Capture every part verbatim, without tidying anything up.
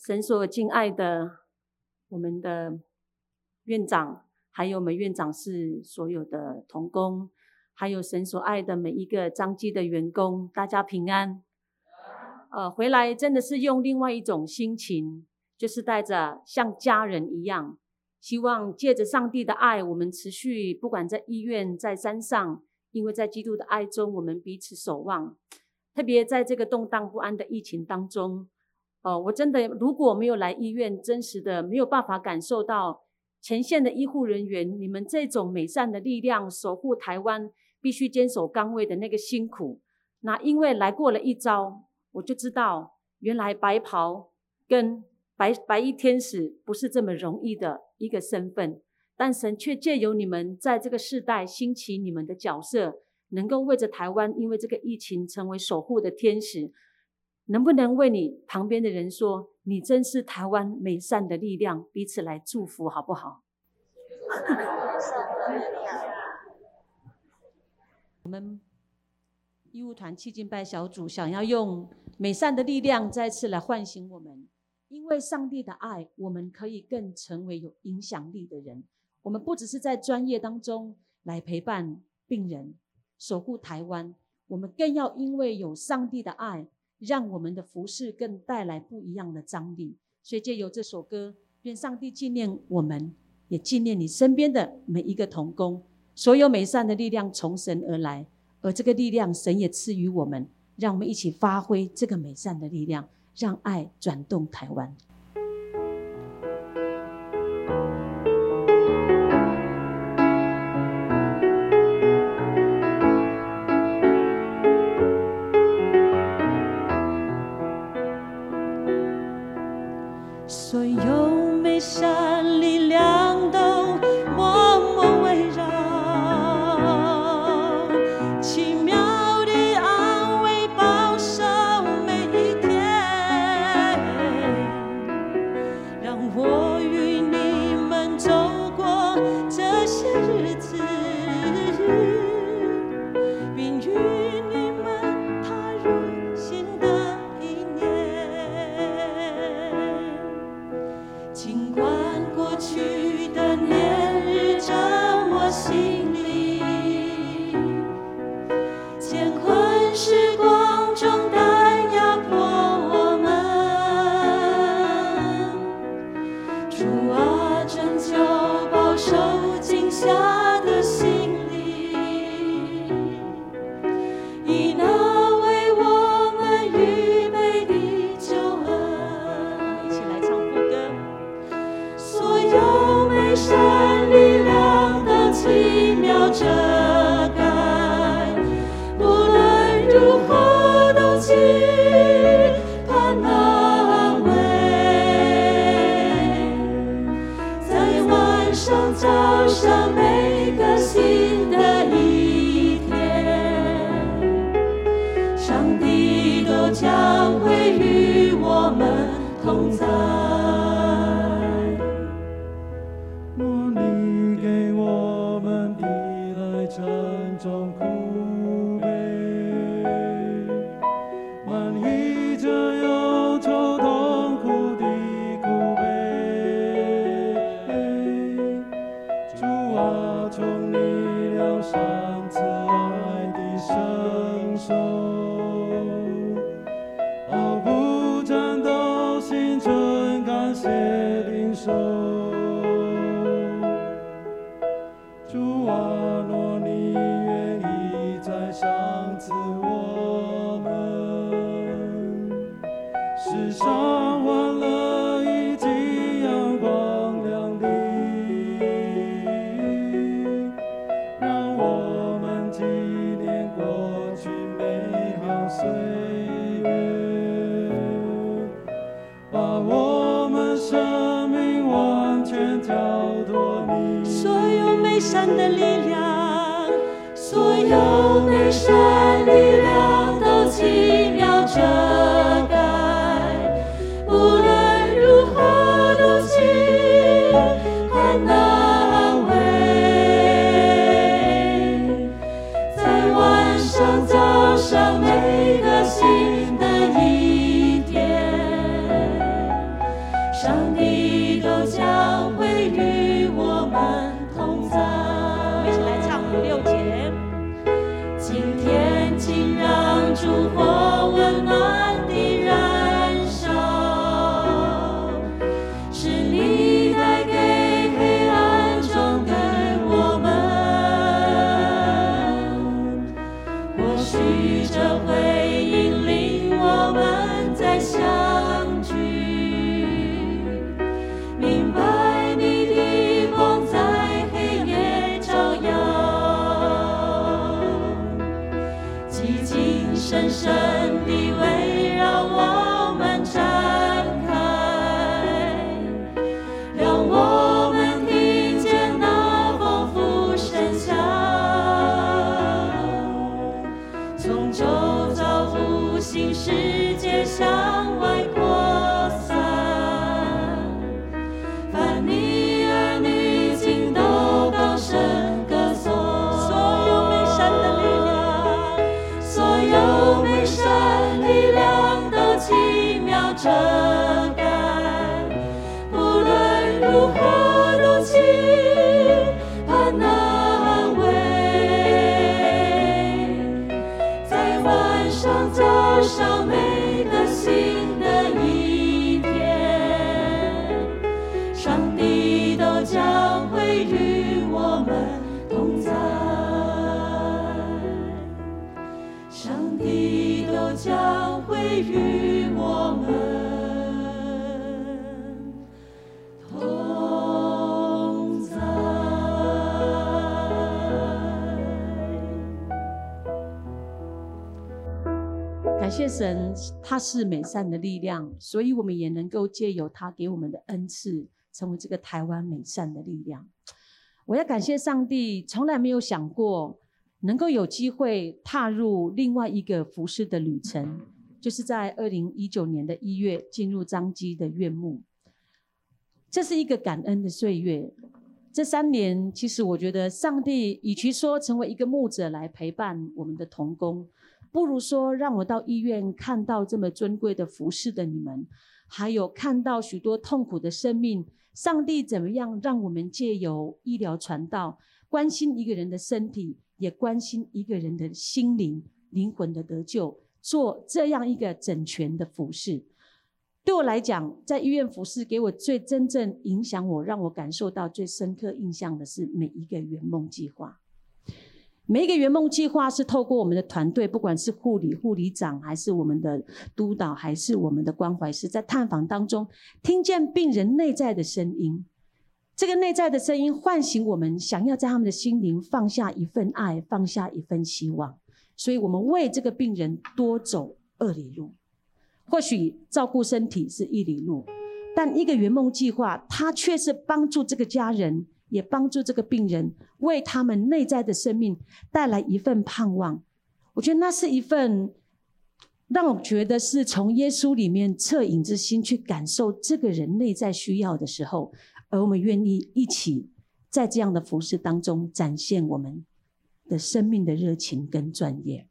神所敬爱的我们的院长，还有我们院长室所有的同工，还有神所爱的每一个彰基的员工，大家平安。呃，回来真的是用另外一种心情，就是带着像家人一样，希望借着上帝的爱，我们持续不管在医院在山上，因为在基督的爱中我们彼此守望。特别在这个动荡不安的疫情当中，呃，我真的如果没有来医院，真实的没有办法感受到前线的医护人员，你们这种美善的力量，守护台湾必须坚守岗位的那个辛苦。那因为来过了一遭，我就知道原来白袍跟白白衣天使不是这么容易的一个身份，但神却借由你们在这个世代兴起你们的角色，能够为着台湾因为这个疫情成为守护的天使。能不能为你旁边的人说，你真是台湾美善的力量，彼此来祝福好不好？我们医务团契敬拜小组想要用美善的力量再次来唤醒我们，因为上帝的爱，我们可以更成为有影响力的人。我们不只是在专业当中来陪伴病人，守护台湾，我们更要因为有上帝的爱，让我们的服事更带来不一样的张力。所以借由这首歌，愿上帝纪念我们，也纪念你身边的每一个同工。所有美善的力量从神而来，而这个力量神也赐予我们，让我们一起发挥这个美善的力量，让爱转动台湾。 所有美善力量都默默围绕，奇妙的安慰保守每一天，让我与你们走过这些日子，并与你们踏入新的一年。尽管过去的年日折磨心里，乾坤时光中担压迫我们，主啊，拯救保守惊吓的心里，以那为我们预备的救恩。 一起来唱副歌。 所有美善力量的奇妙遮盖，不论如何都期盼安慰，在晚上早上每个新的一天，上帝都将会与我们同在。 沉重苦悲，满溢着忧愁痛苦的苦悲。主啊，从你疗伤慈爱的伸手，毫不颤抖，心存感谢领受。主啊，若你愿意再赏赐我们，世上欢乐以及阳光亮丽，让我们纪念过去美好岁月，把我们生命完全交托你。 所有美善的力量，所有美善力量都奇妙遮盖，无论如何都期盼安慰，在晚上早上每个新的一天， 上帝都将会与我们同在。 我们一起来唱五六节。 今天请让烛火温暖地燃烧，是你带给黑暗中的我们，或许这会引领我们再相聚，明白你的光在黑夜照耀，寂静深深地围绕我们展开，让我们听见那丰富声响，从周遭无形世界向外扩散。凡你儿女尽都高声歌颂， 所有美善的力量， 所有美善力量都奇妙遮盖，不论如何怒气盼难为，在晚上早上每个新的一天，上帝都将会与我们同在，上帝都将会与我们同在。 感谢神，他是美善的力量，所以我们也能够借由他给我们的恩赐，成为这个台湾美善的力量。我要感谢上帝，从来没有想过能够有机会踏入另外一个服事的旅程，就是在二零一九年的一月进入彰基的院牧。这是一个感恩的岁月。这三年，其实我觉得上帝与其说成为一个牧者来陪伴我们的同工，不如说让我到医院看到这么尊贵的服事的你们，还有看到许多痛苦的生命，上帝怎么样让我们借由医疗传道，关心一个人的身体，也关心一个人的心灵灵魂的得救，做这样一个整全的服事。对我来讲，在医院服事给我最真正影响我，让我感受到最深刻印象的是每一个圆梦计划。每一个圆梦计划是透过我们的团队，不管是护理、护理长，还是我们的督导，还是我们的关怀师，在探访当中听见病人内在的声音。这个内在的声音唤醒我们，想要在他们的心灵放下一份爱，放下一份希望。所以我们为这个病人多走二里路。或许照顾身体是一里路，但一个圆梦计划，它却是帮助这个家人，也帮助这个病人，为他们内在的生命带来一份盼望。我觉得那是一份让我觉得是从耶稣里面恻隐之心去感受这个人内在需要的时候，而我们愿意一起在这样的服事当中展现我们的生命的热情跟专业。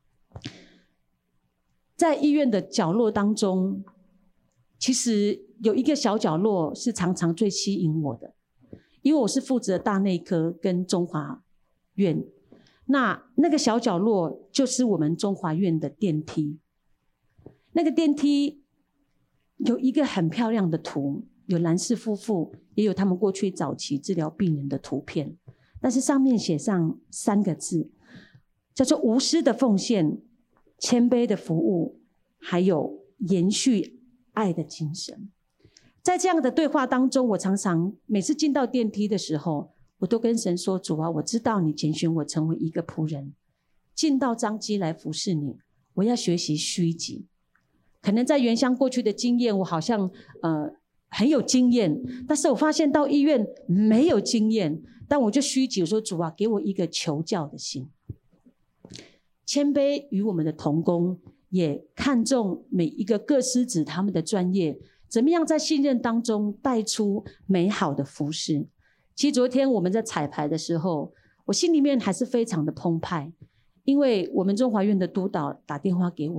在医院的角落当中，其实有一个小角落是常常最吸引我的，因为我是负责大内科跟中华院，那那个小角落就是我们中华院的电梯。那个电梯有一个很漂亮的图，有蓝氏夫妇，也有他们过去早期治疗病人的图片，但是上面写上三个字，叫做无私的奉献、谦卑的服务，还有延续爱的精神。在这样的对话当中，我常常每次进到电梯的时候，我都跟神说，主啊，我知道你拣选我成为一个仆人，进到彰基来服侍你，我要学习虚己。可能在原乡过去的经验，我好像呃很有经验，但是我发现到医院没有经验，但我就虚己，我说主啊，给我一个求教的心。谦卑与我们的同工，也看重每一个各司职他们的专业，怎么样在信任当中带出美好的服事。其实昨天我们在彩排的时候，我心里面还是非常的澎湃，因为我们中华院的督导打电话给我，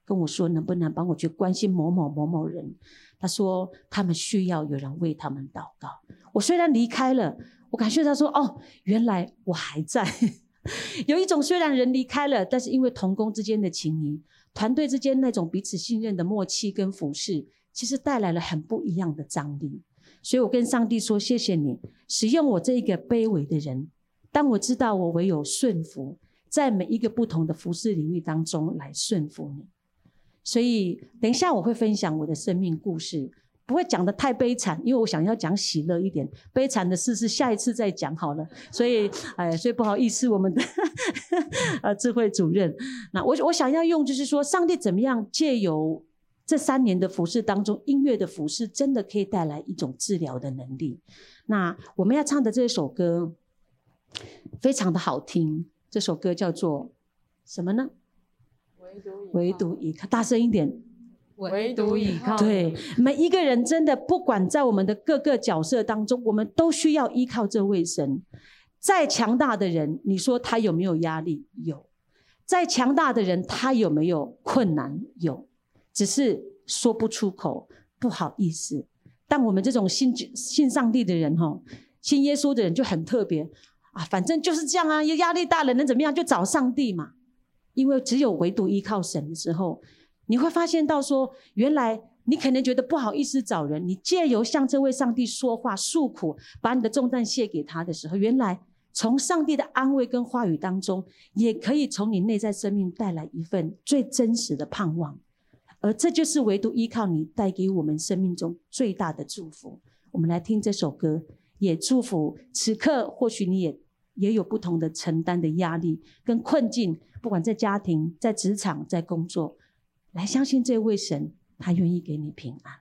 跟我说能不能帮我去关心某某某某人，他说他们需要有人为他们祷告。我虽然离开了，我感觉到说哦，原来我还在。有一种虽然人离开了，但是因为同工之间的情谊，团队之间那种彼此信任的默契跟服事，其实带来了很不一样的张力。所以我跟上帝说，谢谢你使用我这一个卑微的人，当我知道我唯有顺服，在每一个不同的服事领域当中来顺服你。所以等一下我会分享我的生命故事，不会讲得太悲惨，因为我想要讲喜乐一点，悲惨的事是下一次再讲好了。所以哎，所以不好意思我们的呃智慧主任，那我我想要用就是说上帝怎么样借由这三年的服事当中，音乐的服事真的可以带来一种治疗的能力。那我们要唱的这首歌非常的好听，这首歌叫做什么呢？唯独依靠，大声一点。 唯独依靠。 对，每一个人真的不管在我们的各个角色当中，我们都需要依靠这位神。再强大的人，你说他有没有压力？有。再强大的人，他有没有困难？有，只是说不出口，不好意思。但我们这种信信上帝的人，信耶稣的人就很特别啊，反正就是这样啊，压力大了能怎么样？就找上帝嘛。因为只有唯独依靠神的时候，你会发现到说，原来你可能觉得不好意思找人，你借由向这位上帝说话诉苦，把你的重担卸给他的时候，原来从上帝的安慰跟话语当中，也可以从你内在生命带来一份最真实的盼望。而这就是唯独依靠你带给我们生命中最大的祝福。我们来听这首歌，也祝福此刻或许你也也有不同的承担的压力跟困境，不管在家庭、在职场、在工作，来相信这位神，他愿意给你平安。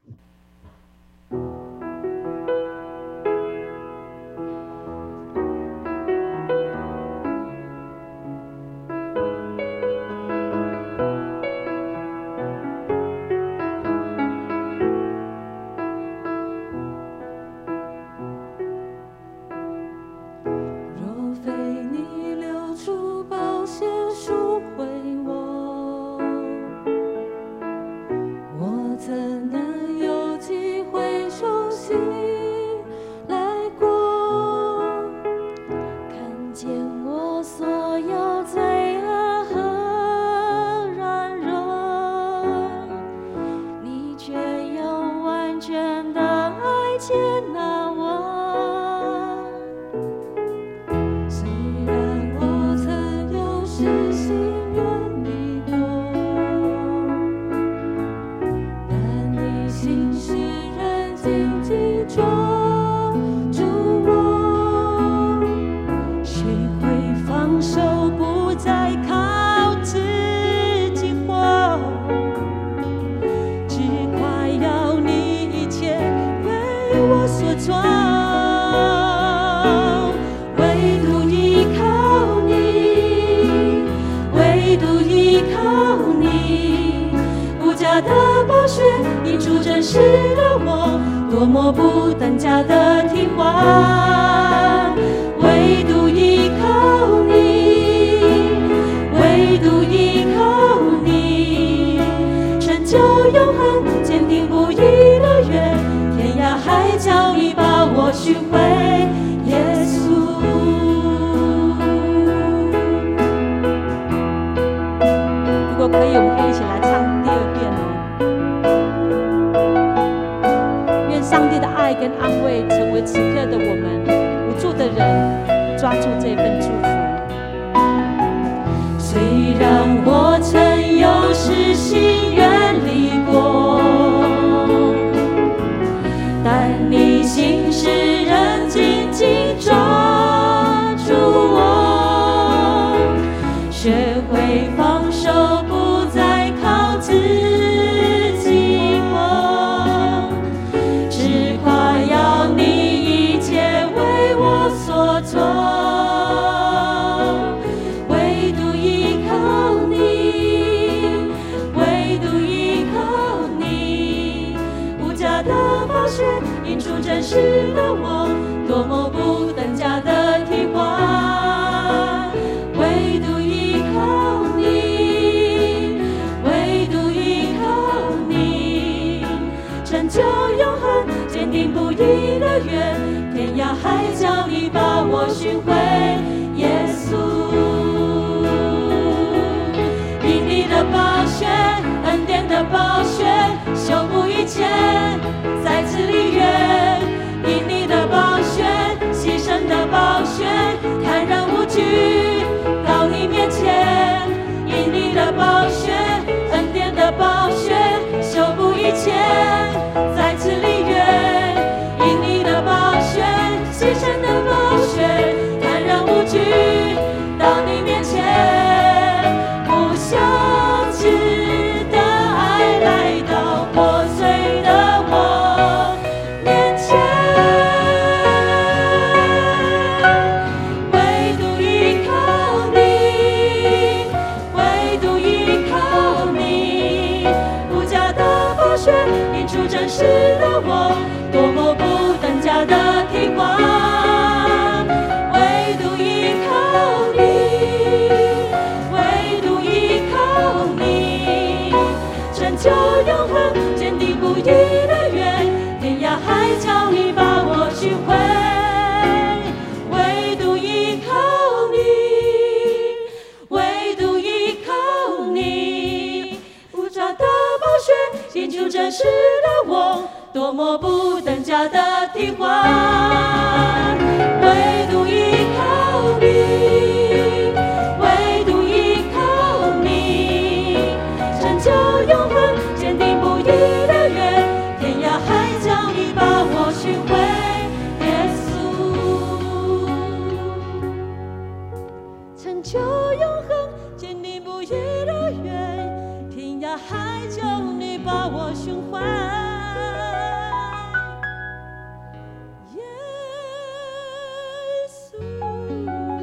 多么不等价的替换，唯独依靠你，唯独依靠你，成就永恒，坚定不移的约，天涯海角你把我寻回，耶稣。 如果可以，我们可以一起来唱第二遍哦。上帝的爱跟安慰成为此刻的我们，无助的人抓住这份祝福。 虽然我曾有时心远离过，但你心事仍紧紧抓住我，学会放手，不再靠自己活，只夸耀你一切为我所做，唯独依靠你，唯独依靠你，无价的宝血映出真实的我，多么不等价的替换，唯独依靠你，唯成就永恒，坚定不移的约，天涯海角你把我寻回。耶稣，因你的宝血，恩典的宝血，修补一切，再次立约。因你的宝血，牺牲的宝血，坦然无惧到你面前。因你的宝血，恩典的宝血，修补一切，再次立约。因你的宝血，牺牲的宝血，坦然无惧到你面前。不相知的爱来到破碎的我面前，唯独依靠你，唯独依靠你。无价的宝血映出真实的我，多么不等价的替换。唯独依靠你，唯独依靠你，成就永恒，坚定不移的约，天涯海角你把我寻回。唯独依靠你，唯独依靠你，无价的宝血映出真实的我，多么不等价的替换。唯独依靠你，唯独依靠你，成就永恒，坚定不移的约，天涯海角你把我寻回。耶稣，成就永恒，坚定不移的约，天涯海角你把我寻回。耶稣，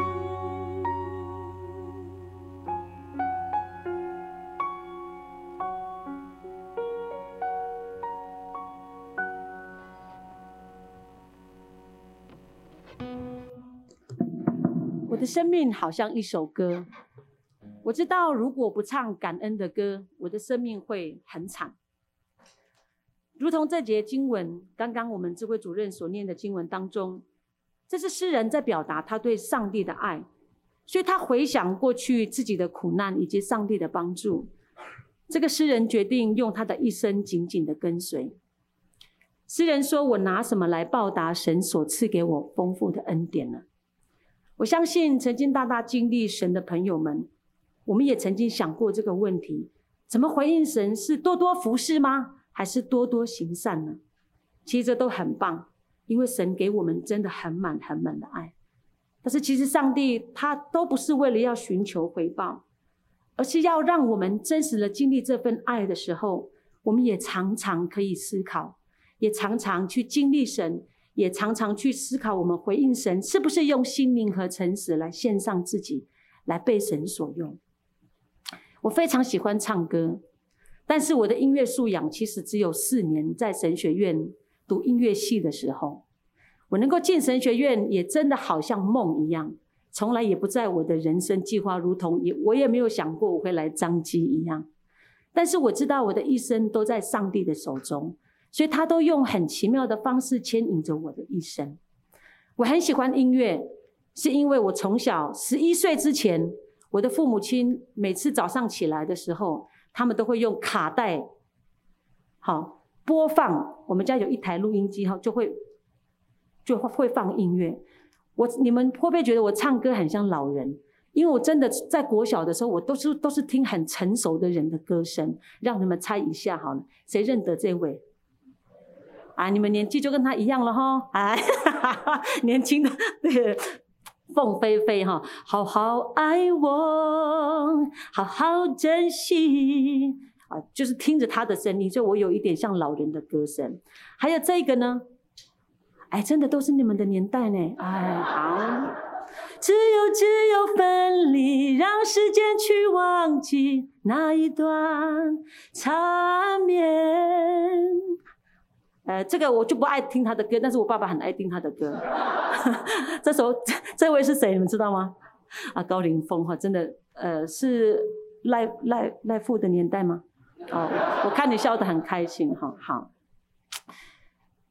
我的生命好像一首歌，我知道如果不唱感恩的歌，我的生命会很惨。如同这节经文，刚刚我们智慧主任所念的经文当中，这是诗人在表达他对上帝的爱，所以他回想过去自己的苦难以及上帝的帮助。这个诗人决定用他的一生紧紧的跟随。诗人说，我拿什么来报答神所赐给我丰富的恩典呢？我相信曾经大大经历神的朋友们，我们也曾经想过这个问题，怎么回应神？是多多服侍吗？还是多多行善呢？其实这都很棒，因为神给我们真的很满很满的爱。但是其实上帝他都不是为了要寻求回报，而是要让我们真实的经历这份爱的时候，我们也常常可以思考，也常常去经历神，也常常去思考我们回应神是不是用心灵和诚实来献上自己，来被神所用。我非常喜欢唱歌，但是我的音乐素养其实只有四年，在神学院读音乐系的时候，我能够进神学院也真的好像梦一样，从来也不在我的人生计划，如同也我也没有想过我会来彰基一样。但是我知道我的一生都在上帝的手中，所以他都用很奇妙的方式牵引着我的一生。我很喜欢音乐，是因为我从小十一岁之前，我的父母亲每次早上起来的时候，他们都会用卡带好播放，我们家有一台录音机，就会就会放音乐。我你们会不会觉得我唱歌很像老人？因为我真的在国小的时候，我都是都是听很成熟的人的歌声。让你们猜一下好了，谁认得这位？啊，你们年纪就跟他一样了哈，哎，年轻的对，凤飞飞哈，好好爱我，好好珍惜啊，就是听着他的声音，所以我有一点像老人的歌声。还有这个呢，哎，真的都是你们的年代呢，哎，好。只有只有分离，让时间去忘记那一段缠绵。呃，这个我就不爱听他的歌，但是我爸爸很爱听他的歌。这首这位是谁？你们知道吗？啊，高凌风哈，真的，呃，是赖赖赖富的年代吗？哦，我看你笑得很开心哈。好，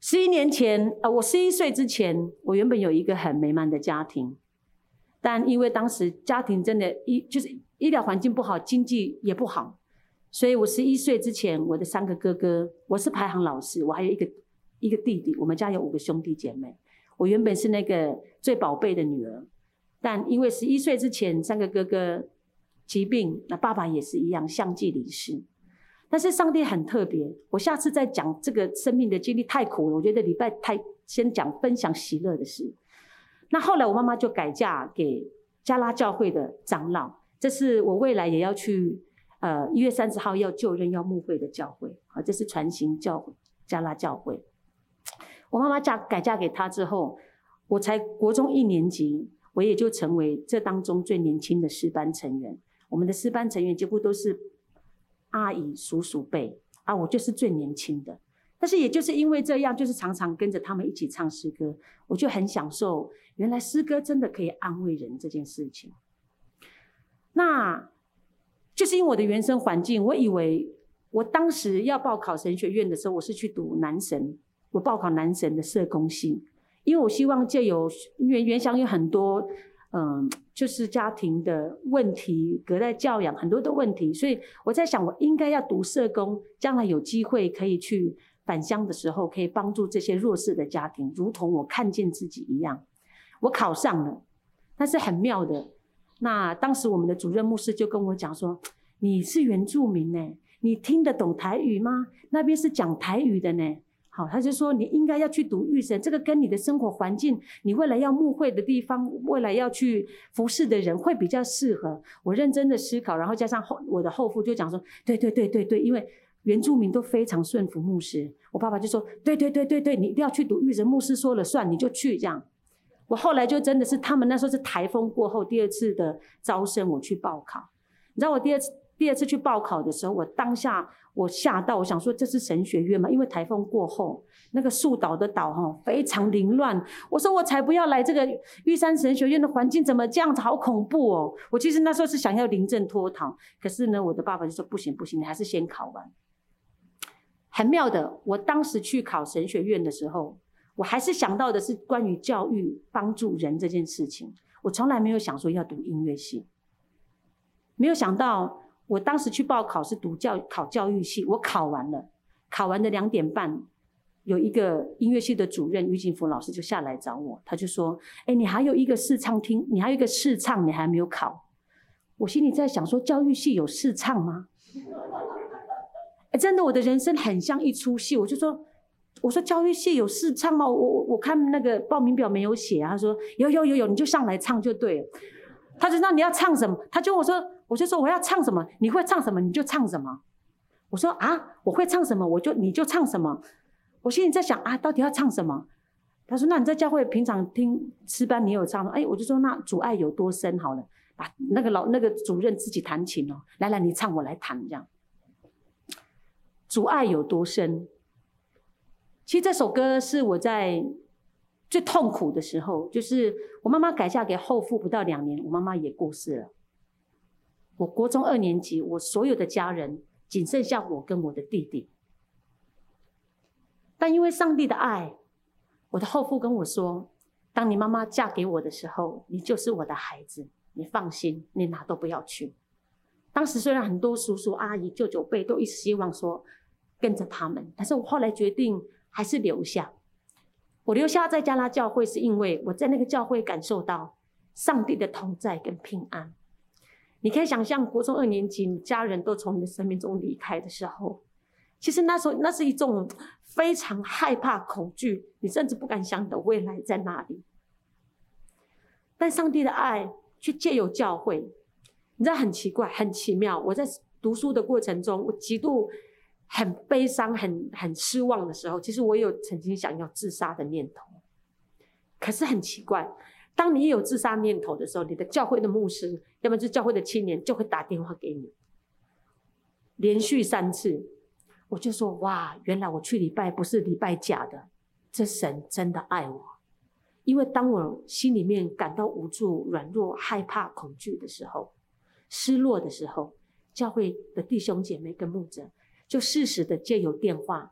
十一年前，呃，我十一岁之前，我原本有一个很美满的家庭，但因为当时家庭真的医就是医疗环境不好，经济也不好，所以我十一岁之前，我的三个哥哥，我是排行老四，我还有一个一个弟弟，我们家有五个兄弟姐妹。我原本是那个最宝贝的女儿，但因为十一岁之前三个哥哥疾病，那爸爸也是一样相继离世。但是上帝很特别，我下次再讲这个生命的经历太苦了，我觉得礼拜太先讲分享喜乐的事。那后来我妈妈就改嫁给加拉教会的长老，这是我未来也要去呃一月三十号要就任要牧会的教会啊，这是传行教加拉教会。我妈妈嫁改嫁给他之后，我才国中一年级，我也就成为这当中最年轻的诗班成员。我们的诗班成员几乎都是阿姨、叔叔辈啊，我就是最年轻的。但是也就是因为这样，就是常常跟着他们一起唱诗歌，我就很享受原来诗歌真的可以安慰人这件事情。那就是因为我的原生环境，我以为我当时要报考神学院的时候，我是去读男神，我报考男神的社工系，因为我希望借由原原乡有很多嗯，就是家庭的问题、隔代教养很多的问题，所以我在想，我应该要读社工，将来有机会可以去返乡的时候，可以帮助这些弱势的家庭，如同我看见自己一样。我考上了，但是很妙的，那当时我们的主任牧师就跟我讲说：“你是原住民呢，你听得懂台语吗？那边是讲台语的呢。”好，他就说你应该要去读预神，这个跟你的生活环境，你未来要牧会的地方，未来要去服侍的人会比较适合。我认真的思考，然后加上后我的后父就讲说，对对对对对，因为原住民都非常顺服牧师。我爸爸就说，对对对对对，你一定要去读预神，牧师说了算，你就去这样。我后来就真的是他们那时候是台风过后第二次的招生，我去报考。你知道我第二次第二次去报考的时候，我当下我吓到，我想说这是神学院吗？因为台风过后，那个树岛的岛哈非常凌乱。我说我才不要来这个玉山神学院的环境，怎么这样子，好恐怖哦！我其实那时候是想要临阵脱逃，可是呢，我的爸爸就说不行不行，你还是先考完。很妙的，我当时去考神学院的时候，我还是想到的是关于教育帮助人这件事情，我从来没有想说要读音乐系，没有想到。我当时去报考是读教考教育系，我考完了，考完的两点半，有一个音乐系的主任于景福老师就下来找我，他就说：“哎，你还有一个试唱厅，你还有一个试唱，你还没有考。”我心里在想说，教育系有试唱吗？哎，真的，我的人生很像一出戏。我就说，我说教育系有试唱吗？我我我看那个报名表没有写啊。他说有有有有，你就上来唱就对了。他就知道你要唱什么，他就我说。我就说我要唱什么，你会唱什么你就唱什么。我说啊，我会唱什么，我就你就唱什么。我心里在想啊，到底要唱什么？他说那你在教会平常听诗班你有唱吗？哎，我就说那主爱有多深好了，啊，那个老那个主任自己弹琴哦，来来你唱我来弹这样。主爱有多深？其实这首歌是我在最痛苦的时候，就是我妈妈改嫁给后父不到两年，我妈妈也过世了。我国中二年级，我所有的家人仅剩下我跟我的弟弟。但因为上帝的爱，我的后父跟我说：“当你妈妈嫁给我的时候，你就是我的孩子，你放心，你哪都不要去。”当时虽然很多叔叔阿姨、舅舅辈都一直希望说跟着他们，但是我后来决定还是留下。我留下在加拉教会，是因为我在那个教会感受到上帝的同在跟平安。你可以想象，国中二年级，你家人都从你的生命中离开的时候，其实那时候那是一种非常害怕、恐惧，你甚至不敢想你的未来在哪里。但上帝的爱却借由教会，你知道很奇怪、很奇妙。我在读书的过程中，我极度很悲伤、很很失望的时候，其实我有曾经想要自杀的念头。可是很奇怪。当你有自杀念头的时候，你的教会的牧师，要么就是教会的青年，就会打电话给你，连续三次，我就说：哇，原来我去礼拜不是礼拜假的，这神真的爱我。因为当我心里面感到无助、软弱、害怕、恐惧的时候，失落的时候，教会的弟兄姐妹跟牧者就适时的借由电话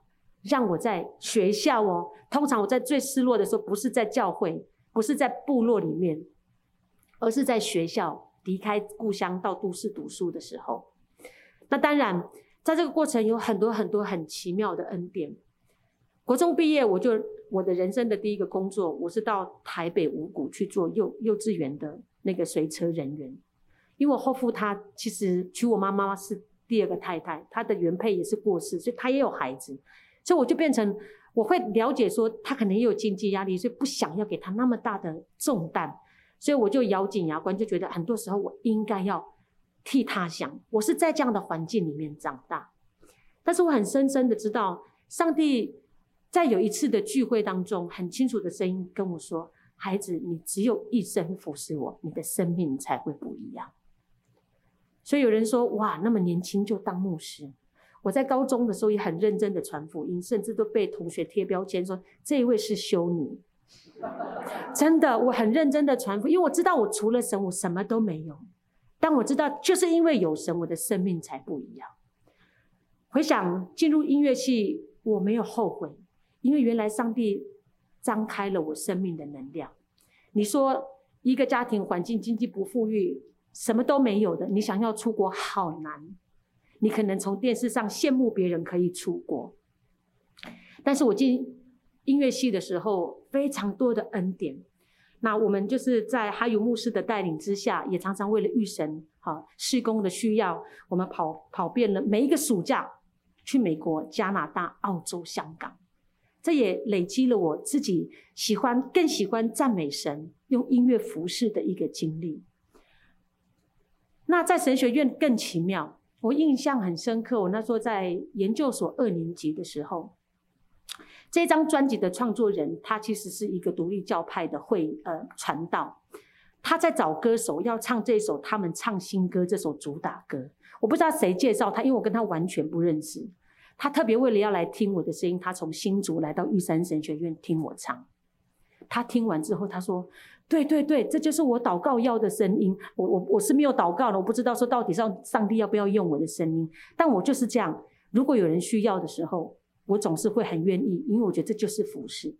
让我在学校哦，通常我在最失落的时候，不是在教会，不是在部落里面，而是在学校离开故乡到都市读书的时候。那当然在这个过程有很多很多很奇妙的恩典。国中毕业，我就我的人生的第一个工作，我是到台北五股去做幼幼稚园的那个随车人员。因为我后父他其实娶我妈妈是第二个太太，他的原配也是过世，所以他也有孩子，所以我就变成我会了解说他可能也有经济压力，所以不想要给他那么大的重担，所以我就咬紧牙关，就觉得很多时候我应该要替他想。我是在这样的环境里面长大，但是我很深深的知道，上帝在有一次的聚会当中，很清楚的声音跟我说：孩子，你只有一生服侍我，你的生命才会不一样。所以有人说，哇，那么年轻就当牧师。我在高中的时候也很认真的传福音，甚至都被同学贴标签说这一位是修女。真的，我很认真的传福音，因为我知道我除了神我什么都没有，但我知道就是因为有神，我的生命才不一样。回想进入音乐系，我没有后悔，因为原来上帝张开了我生命的能量。你说一个家庭环境经济不富裕，什么都没有的，你想要出国好难。你可能从电视上羡慕别人可以出国，但是我进音乐系的时候，非常多的恩典。那我们就是在哈尤牧师的带领之下，也常常为了预神好事工的需要，我们跑跑遍了每一个暑假，去美国、加拿大、澳洲、香港。这也累积了我自己喜欢更喜欢赞美神，用音乐服侍的一个经历。那在神学院更奇妙，我印象很深刻，我那时候在研究所二年级的时候，这张专辑的创作人他其实是一个独立教派的会呃传道，他在找歌手要唱这首他们唱新歌这首主打歌。我不知道谁介绍他，因为我跟他完全不认识。他特别为了要来听我的声音，他从新竹来到玉山神学院听我唱。他听完之后他说，对对对，这就是我祷告要的声音。我我我是没有祷告的，我不知道说到底上上帝要不要用我的声音，但我就是这样，如果有人需要的时候，我总是会很愿意，因为我觉得这就是服事。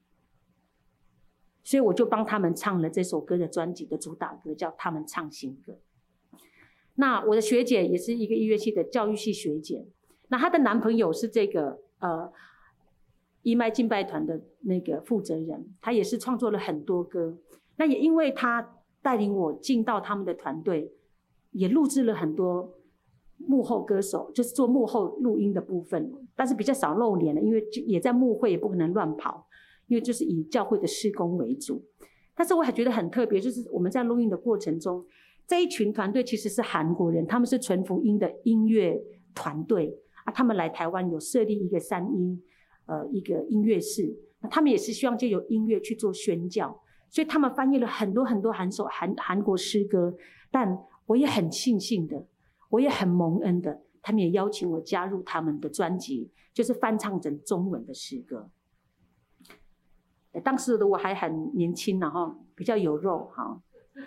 所以我就帮他们唱了这首歌的专辑的主打歌，叫他们唱新歌。那我的学姐也是一个音乐系的教育系学姐，那她的男朋友是这个呃义麦敬拜团的那个负责人，他也是创作了很多歌。那也因为他带领我进到他们的团队，也录制了很多幕后歌手，就是做幕后录音的部分，但是比较少露脸了，因为也在幕会，也不可能乱跑，因为就是以教会的事工为主。但是我还觉得很特别，就是我们在录音的过程中，这一群团队其实是韩国人，他们是纯福音的音乐团队啊，他们来台湾有设立一个三一呃一个音乐室，那他们也是希望借由音乐去做宣教，所以他们翻译了很多很多韩首韩韩国诗歌。但我也很庆幸的，我也很蒙恩的，他们也邀请我加入他们的专辑，就是翻唱成中文的诗歌。当时的我还很年轻了哈，比较有肉哈。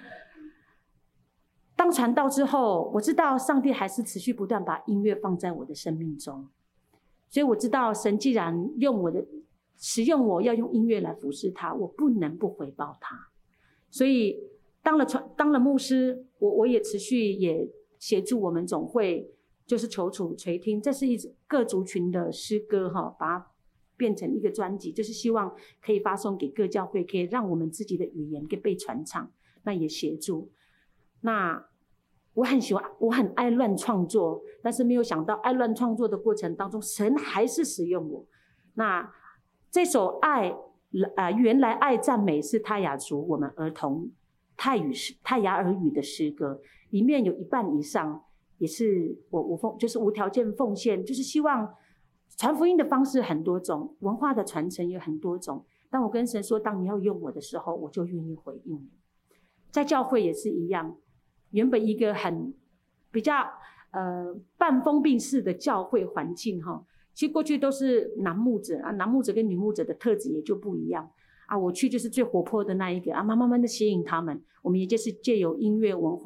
当传道之后，我知道上帝还是持续不断把音乐放在我的生命中，所以我知道神既然用我的使用我要用音乐来服侍他，我不能不回报他。所以当了传当了牧师，我我也持续也协助我们总会，就是求主垂听，这是一各族群的诗歌哈，把它变成一个专辑，就是希望可以发送给各教会，可以让我们自己的语言可以被传唱。那也协助。那我很喜欢，我很爱乱创作，但是没有想到爱乱创作的过程当中，神还是使用我。那这首爱呃，原来爱赞美是泰雅族我们儿童泰语泰雅尔语的诗歌，里面有一半以上也是我我奉就是无条件奉献，就是希望传福音的方式很多种，文化的传承有很多种。当我跟神说，当你要用我的时候，我就愿意回应你。在教会也是一样，原本一个很比较呃半封闭式的教会环境哈，其实过去都是男牧者啊，男牧者跟女牧者的特质也就不一样啊。我去就是最活泼的那一个啊，慢慢慢的吸引他们。我们也就是借由音乐文化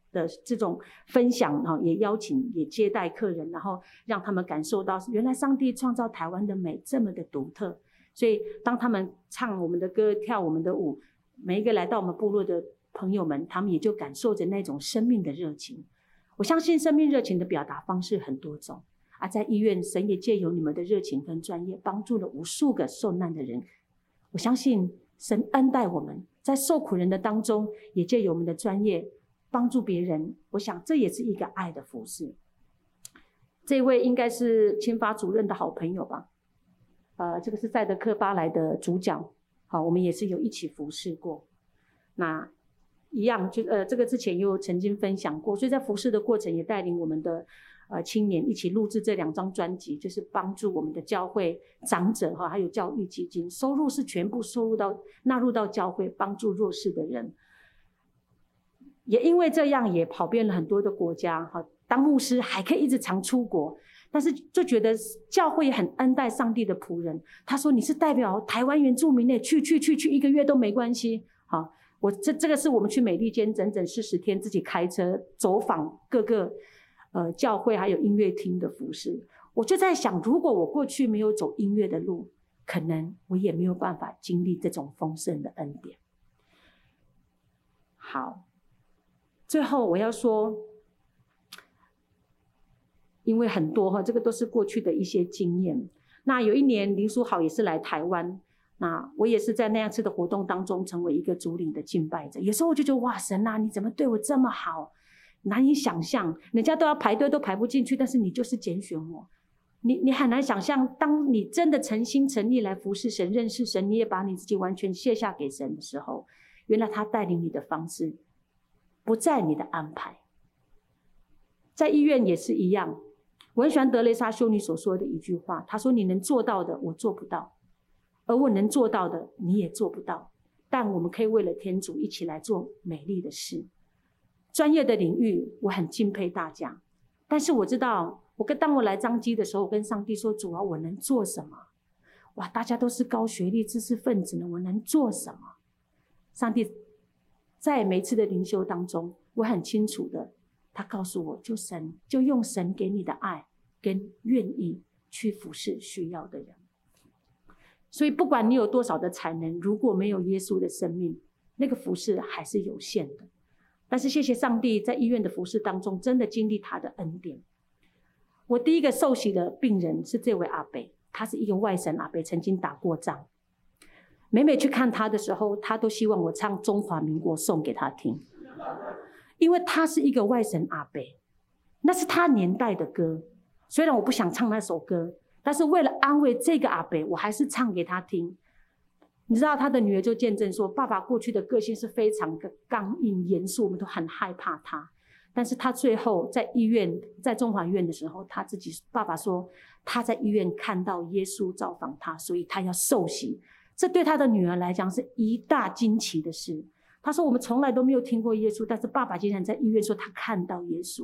的这种分享哈，也邀请也接待客人，然后让他们感受到原来上帝创造台湾的美这么的独特。所以当他们唱我们的歌，跳我们的舞，每一个来到我们部落的朋友们，他们也就感受着那种生命的热情。我相信生命热情的表达方式很多种啊，在医院神也借由你们的热情跟专业帮助了无数个受难的人。我相信神恩待我们，在受苦人的当中也借由我们的专业帮助别人，我想这也是一个爱的服事。这位应该是青发主任的好朋友吧，呃，这个是赛德克巴莱的主角，好，我们也是有一起服事过。那一样就呃，这个之前又曾经分享过，所以在服事的过程也带领我们的呃青年一起录制这两张专辑，就是帮助我们的教会长者哈，还有教育基金，收入是全部收入到纳入到教会，帮助弱势的人。也因为这样，也跑遍了很多的国家哈，当牧师还可以一直常出国。但是就觉得教会也很恩待上帝的仆人，他说你是代表台湾原住民的，去去去去一个月都没关系。好，我这这个是我们去美利坚整整四十天，自己开车走访各个呃教会还有音乐厅的服事。我就在想，如果我过去没有走音乐的路，可能我也没有办法经历这种丰盛的恩典。好，最后我要说，因为很多哈，这个都是过去的一些经验。那有一年林书豪也是来台湾，那我也是在那样次的活动当中成为一个主领的敬拜者。有时候我就觉得哇，神啊，你怎么对我这么好，难以想象，人家都要排队都排不进去，但是你就是拣选我。你你很难想象，当你真的诚心诚意来服侍神、认识神，你也把你自己完全卸下给神的时候，原来他带领你的方式不在你的安排。在医院也是一样，我很喜欢德蕾莎修女所说的一句话，她说你能做到的我做不到，而我能做到的你也做不到，但我们可以为了天主一起来做美丽的事。专业的领域我很敬佩大家，但是我知道我跟当我来彰基的时候，我跟上帝说，主啊，我能做什么？哇，大家都是高学历知识分子呢，我能做什么？上帝在每次的灵修当中，我很清楚的，他告诉我，就神就用神给你的爱跟愿意去服侍需要的人。所以不管你有多少的才能，如果没有耶稣的生命，那个服侍还是有限的。但是谢谢上帝，在医院的服侍当中真的经历他的恩典。我第一个受洗的病人是这位阿伯，他是一个外省阿伯，曾经打过仗。每每去看他的时候，他都希望我唱中华民国颂给他听，因为他是一个外省阿伯，那是他年代的歌。虽然我不想唱那首歌，但是为了安慰这个阿伯，我还是唱给他听。你知道他的女儿就见证说，爸爸过去的个性是非常的刚硬严肃，我们都很害怕他。但是他最后在医院，在中华医院的时候，他自己爸爸说他在医院看到耶稣造访他，所以他要受洗。这对他的女儿来讲是一大惊奇的事。他说我们从来都没有听过耶稣，但是爸爸竟然在医院说他看到耶稣。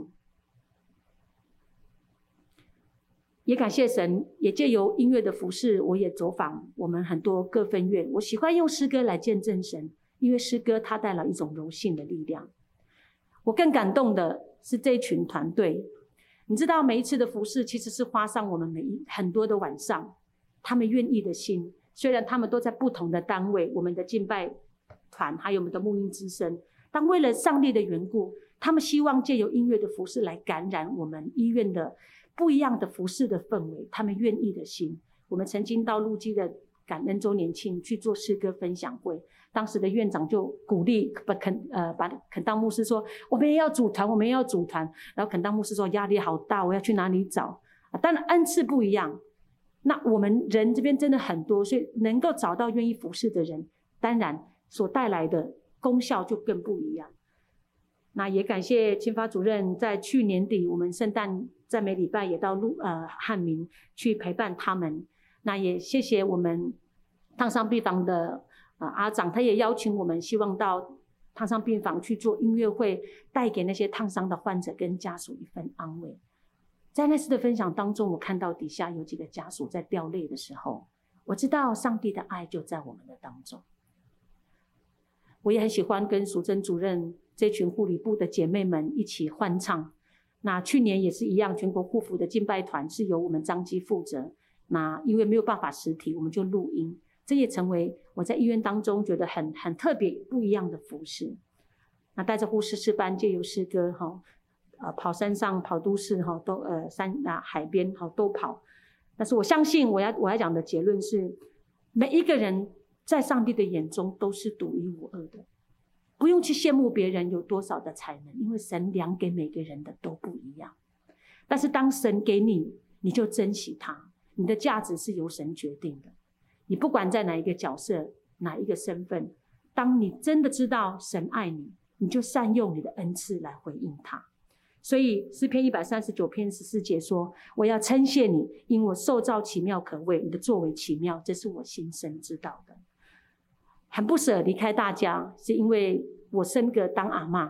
也感谢神，也借由音乐的服事，我也走访我们很多各分院。我喜欢用诗歌来见证神，因为诗歌它带来一种柔性的力量。我更感动的是这一群团队，你知道每一次的服事其实是花上我们每一很多的晚上，他们愿意的心，虽然他们都在不同的单位，我们的敬拜团还有我们的牧音之声，但为了上帝的缘故，他们希望借由音乐的服事来感染我们医院的不一样的服事的氛围，他们愿意的心。我们曾经到陆基的感恩周年庆去做诗歌分享会，当时的院长就鼓励肯呃把肯当牧师说，我们也要组团，我们也要组团。然后肯当牧师说压力好大，我要去哪里找？啊，当然恩赐不一样，那我们人这边真的很多，所以能够找到愿意服事的人，当然所带来的功效就更不一样。那也感谢青发主任，在去年底我们圣诞赞美礼拜也到陆呃汉民去陪伴他们。那也谢谢我们烫伤病房的呃阿长，他也邀请我们，希望到烫伤病房去做音乐会，带给那些烫伤的患者跟家属一份安慰。在那次的分享当中，我看到底下有几个家属在掉泪的时候，我知道上帝的爱就在我们的当中。我也很喜欢跟淑珍主任这群护理部的姐妹们一起欢唱。那去年也是一样，全国护辅的敬拜团是由我们张基负责。那因为没有办法实体，我们就录音，这也成为我在医院当中觉得很很特别不一样的服事。那带着护士师班，借由诗歌哈，呃，跑山上、跑都市哈，都呃山啊海边哈都跑。但是我相信我要我要讲的结论是，每一个人在上帝的眼中都是独一无二的，不用去羡慕别人有多少的才能，因为神量给每个人的都不一样。但是当神给你，你就珍惜它，你的价值是由神决定的。你不管在哪一个角色、哪一个身份，当你真的知道神爱你，你就善用你的恩赐来回应他。所以诗篇一百三十九篇十四节说，我要称谢你，因我受造奇妙可畏，你的作为奇妙，这是我心生知道的。很不舍离开大家，是因为我生个当阿嬷，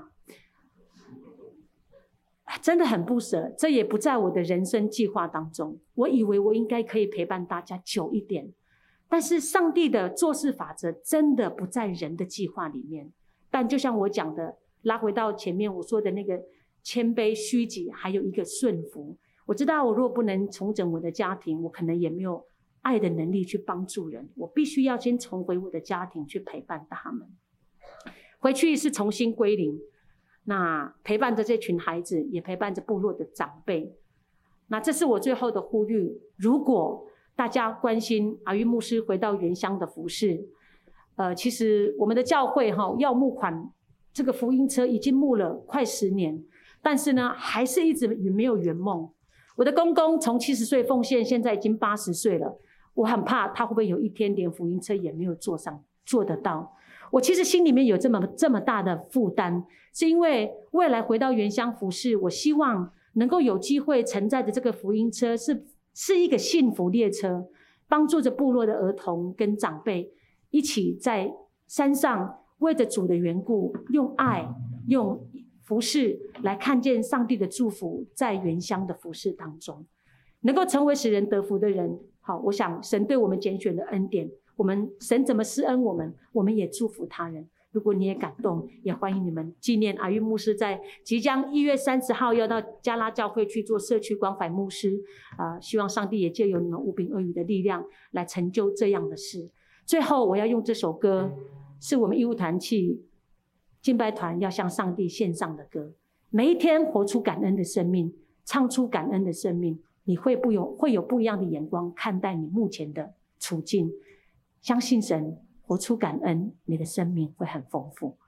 真的很不舍，这也不在我的人生计划当中。我以为我应该可以陪伴大家久一点，但是上帝的做事法则真的不在人的计划里面。但就像我讲的，拉回到前面我说的那个谦卑、虚己，还有一个顺服。我知道我如果不能重整我的家庭，我可能也没有爱的能力去帮助人，我必须要先重回我的家庭去陪伴他们。回去是重新归零，那陪伴着这群孩子，也陪伴着部落的长辈。那这是我最后的呼吁，如果大家关心阿育牧师回到原乡的服事，呃，其实我们的教会哈要募款，这个福音车已经募了快十年，但是呢，还是一直没有圆梦。我的公公从七十岁奉献，现在已经八十岁了，我很怕他会不会有一天连福音车也没有坐上做得到。我其实心里面有这么这么大的负担，是因为未来回到原乡服事，我希望能够有机会承载着这个福音车，是是一个幸福列车，帮助着部落的儿童跟长辈一起在山上为着主的缘故，用爱用服事来看见上帝的祝福，在原乡的服事当中，能够成为使人得福的人。好，我想神对我们拣选的恩典，我们神怎么施恩我们，我们也祝福他人。如果你也感动，也欢迎你们纪念阿育牧师在即将一月三十号要到加拉教会去做社区关怀牧师、呃、希望上帝也借由你们五饼二鱼的力量来成就这样的事。最后我要用这首歌，是我们义务团契敬拜团要向上帝献上的歌。每一天活出感恩的生命，唱出感恩的生命，你会不有会有不一样的眼光看待你目前的处境。相信神，活出感恩，你的生命会很丰富。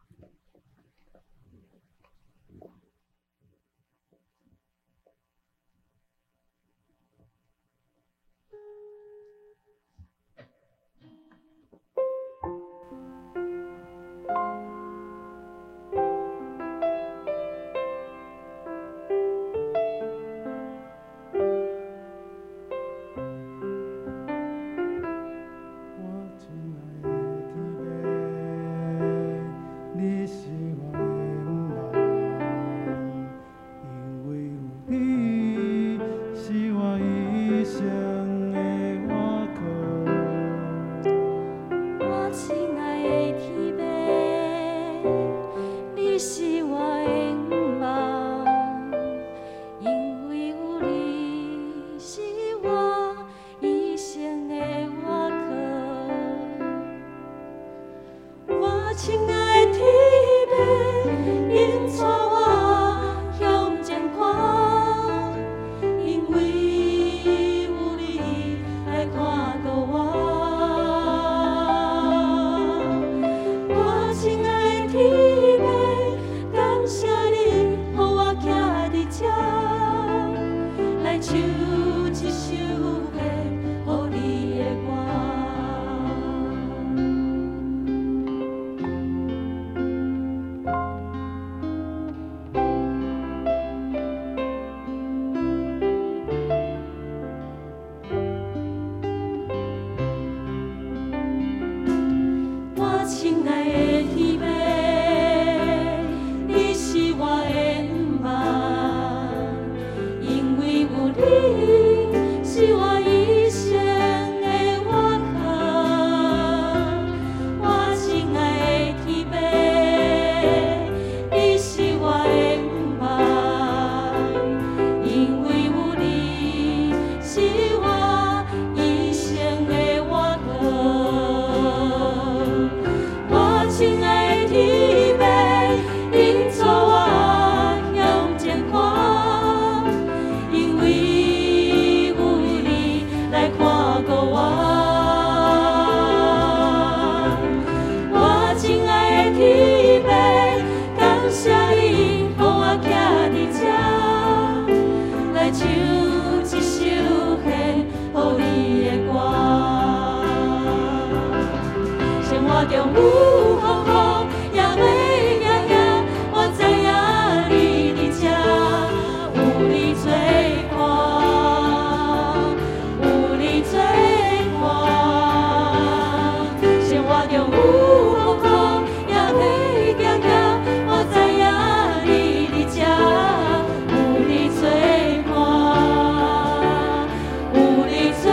你活中有风风，也袂惊惊。我知影你伫这，有你做伴，有你做伴。生活中有风风，也袂惊惊。我知影你伫这，有你做伴，有你做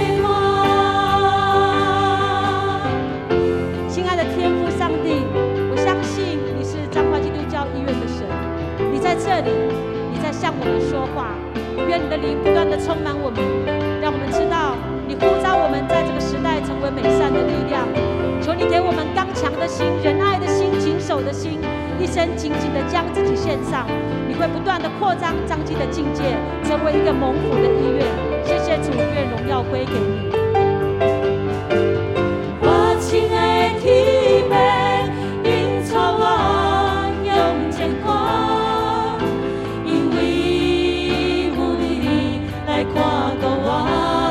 伴。亲爱的天父上帝，我相信你是彰化基督教医院的神，你在这里，你在向我们说话。愿你的灵不断的充满我们，让我们知道你呼召我们在这个时代成为美善的力量。求你给我们刚强的心、仁爱的心、谨守的心，一生紧紧的将自己献上。你会不断的扩张彰基的境界，成为一个蒙福的医院。谢谢主，愿荣耀归给你。我亲爱的天父，引导我向前看，因为有你来看顾我。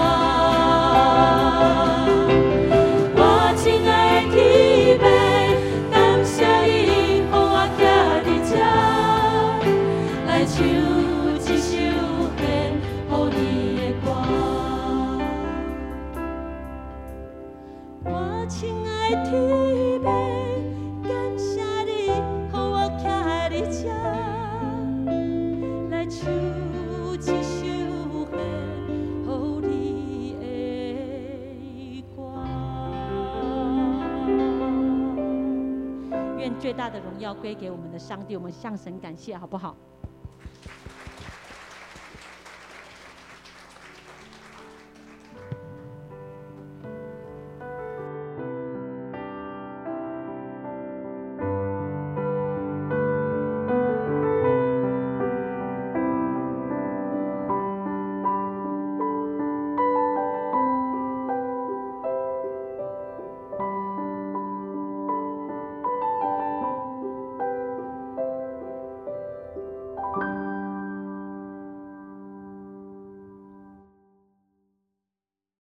我亲爱的天父，感谢你，予我徛伫这，来唱一首献予你的歌。我亲爱的天父，感谢你，予我徛伫这，来唱一首献予你的歌。愿最大的荣耀归给我们的上帝，我们向神感谢，好不好？